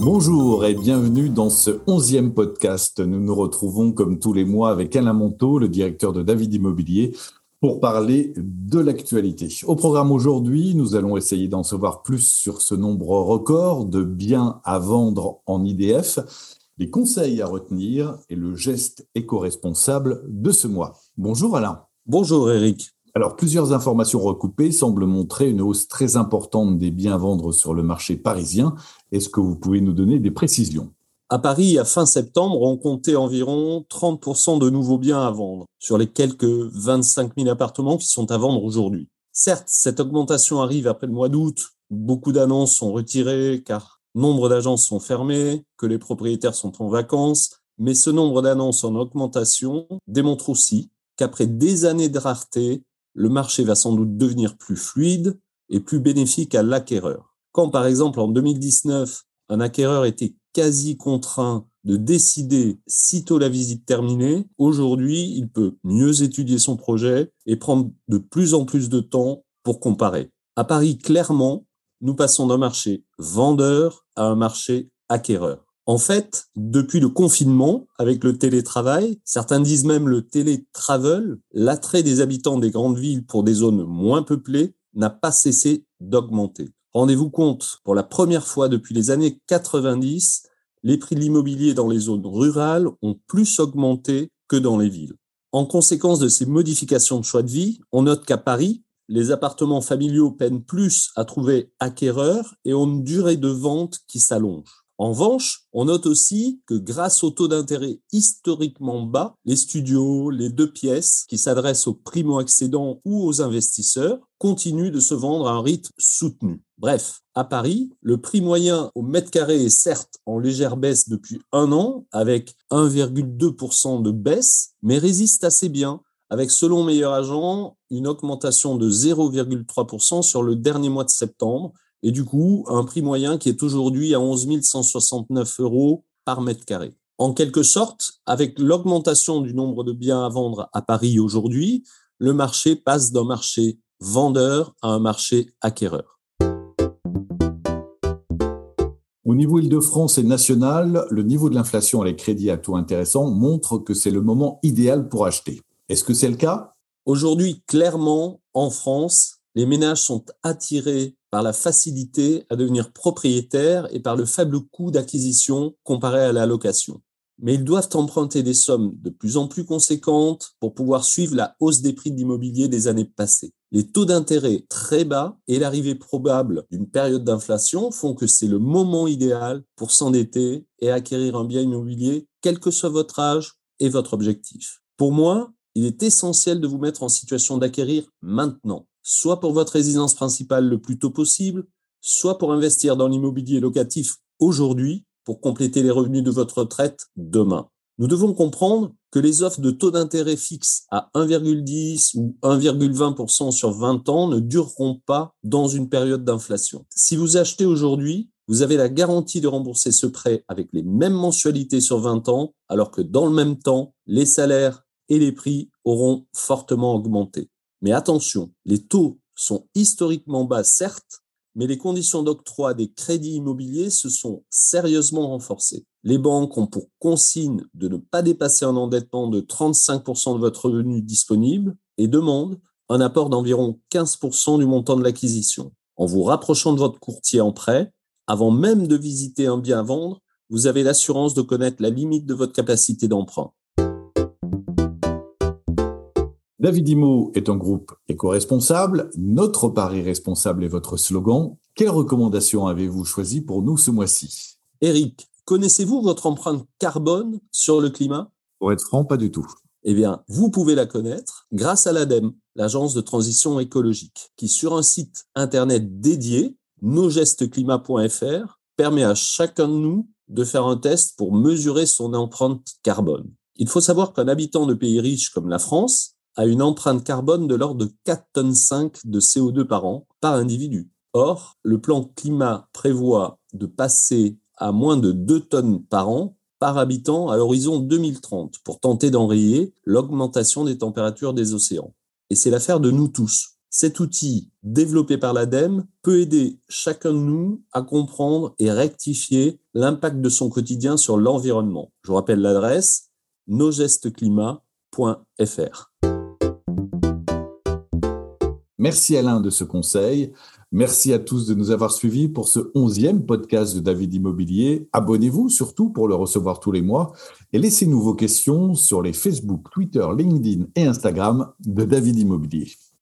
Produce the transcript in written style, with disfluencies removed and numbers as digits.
Bonjour et bienvenue dans ce 11e podcast. Nous nous retrouvons comme tous les mois avec Alain Monteau, le directeur de David Immobilier, pour parler de l'actualité. Au programme aujourd'hui, nous allons essayer d'en savoir plus sur ce nombre record de biens à vendre en IDF, les conseils à retenir et le geste éco-responsable de ce mois. Bonjour Alain. Bonjour Eric. Alors, plusieurs informations recoupées semblent montrer une hausse très importante des biens à vendre sur le marché parisien. Est-ce que vous pouvez nous donner des précisions ? À Paris, à fin septembre, on comptait environ 30% de nouveaux biens à vendre sur les quelques 25 000 appartements qui sont à vendre aujourd'hui. Certes, cette augmentation arrive après le mois d'août, où beaucoup d'annonces sont retirées car nombre d'agences sont fermées, que les propriétaires sont en vacances, mais ce nombre d'annonces en augmentation démontre aussi qu'après des années de rareté, le marché va sans doute devenir plus fluide et plus bénéfique à l'acquéreur. Quand, par exemple, en 2019, un acquéreur était quasi contraint de décider sitôt la visite terminée, aujourd'hui, il peut mieux étudier son projet et prendre de plus en plus de temps pour comparer. À Paris, clairement, nous passons d'un marché vendeur à un marché acquéreur. En fait, depuis le confinement, avec le télétravail, certains disent même le télétravel, l'attrait des habitants des grandes villes pour des zones moins peuplées n'a pas cessé d'augmenter. Rendez-vous compte, pour la première fois depuis les années 90, les prix de l'immobilier dans les zones rurales ont plus augmenté que dans les villes. En conséquence de ces modifications de choix de vie, on note qu'à Paris, les appartements familiaux peinent plus à trouver acquéreurs et ont une durée de vente qui s'allonge. En revanche, on note aussi que grâce au taux d'intérêt historiquement bas, les studios, les 2 pièces qui s'adressent aux primo-accédants ou aux investisseurs continuent de se vendre à un rythme soutenu. Bref, à Paris, le prix moyen au mètre carré est certes en légère baisse depuis 1 an, avec 1,2% de baisse, mais résiste assez bien, avec selon Meilleur Agent, une augmentation de 0,3% sur le dernier mois de septembre, et du coup, un prix moyen qui est aujourd'hui à 11 169 € par mètre carré. En quelque sorte, avec l'augmentation du nombre de biens à vendre à Paris aujourd'hui, le marché passe d'un marché vendeur à un marché acquéreur. Au niveau Île-de-France et national, le niveau de l'inflation et les crédits à taux intéressants montrent que c'est le moment idéal pour acheter. Est-ce que c'est le cas ? Aujourd'hui, clairement, en France, les ménages sont attirés par la facilité à devenir propriétaires et par le faible coût d'acquisition comparé à la location. Mais ils doivent emprunter des sommes de plus en plus conséquentes pour pouvoir suivre la hausse des prix de l'immobilier des années passées. Les taux d'intérêt très bas et l'arrivée probable d'une période d'inflation font que c'est le moment idéal pour s'endetter et acquérir un bien immobilier, quel que soit votre âge et votre objectif. Pour moi, il est essentiel de vous mettre en situation d'acquérir maintenant, soit pour votre résidence principale le plus tôt possible, soit pour investir dans l'immobilier locatif aujourd'hui pour compléter les revenus de votre retraite demain. Nous devons comprendre que les offres de taux d'intérêt fixes à 1,10 ou 1,20% sur 20 ans ne dureront pas dans une période d'inflation. Si vous achetez aujourd'hui, vous avez la garantie de rembourser ce prêt avec les mêmes mensualités sur 20 ans, alors que dans le même temps, les salaires et les prix auront fortement augmenté. Mais attention, les taux sont historiquement bas, certes, mais les conditions d'octroi des crédits immobiliers se sont sérieusement renforcées. Les banques ont pour consigne de ne pas dépasser un endettement de 35% de votre revenu disponible et demandent un apport d'environ 15% du montant de l'acquisition. En vous rapprochant de votre courtier en prêt, avant même de visiter un bien à vendre, vous avez l'assurance de connaître la limite de votre capacité d'emprunt. David Immo est un groupe éco-responsable. Notre pari responsable est votre slogan. Quelles recommandations avez-vous choisies pour nous ce mois-ci ? Eric, connaissez-vous votre empreinte carbone sur le climat ? Pour être franc, pas du tout. Eh bien, vous pouvez la connaître grâce à l'ADEME, l'Agence de transition écologique, qui sur un site internet dédié, nosgestesclimat.fr, permet à chacun de nous de faire un test pour mesurer son empreinte carbone. Il faut savoir qu'un habitant de pays riches comme la France a une empreinte carbone de l'ordre de 4,5 tonnes de CO2 par an par individu. Or, le plan climat prévoit de passer à moins de 2 tonnes par an par habitant à l'horizon 2030 pour tenter d'enrayer l'augmentation des températures des océans. Et c'est l'affaire de nous tous. Cet outil, développé par l'ADEME, peut aider chacun de nous à comprendre et rectifier l'impact de son quotidien sur l'environnement. Je vous rappelle l'adresse nosgestesclimat.fr. Merci Alain de ce conseil. Merci à tous de nous avoir suivis pour ce 11e podcast de David Immobilier. Abonnez-vous surtout pour le recevoir tous les mois et laissez-nous vos questions sur les Facebook, Twitter, LinkedIn et Instagram de David Immobilier.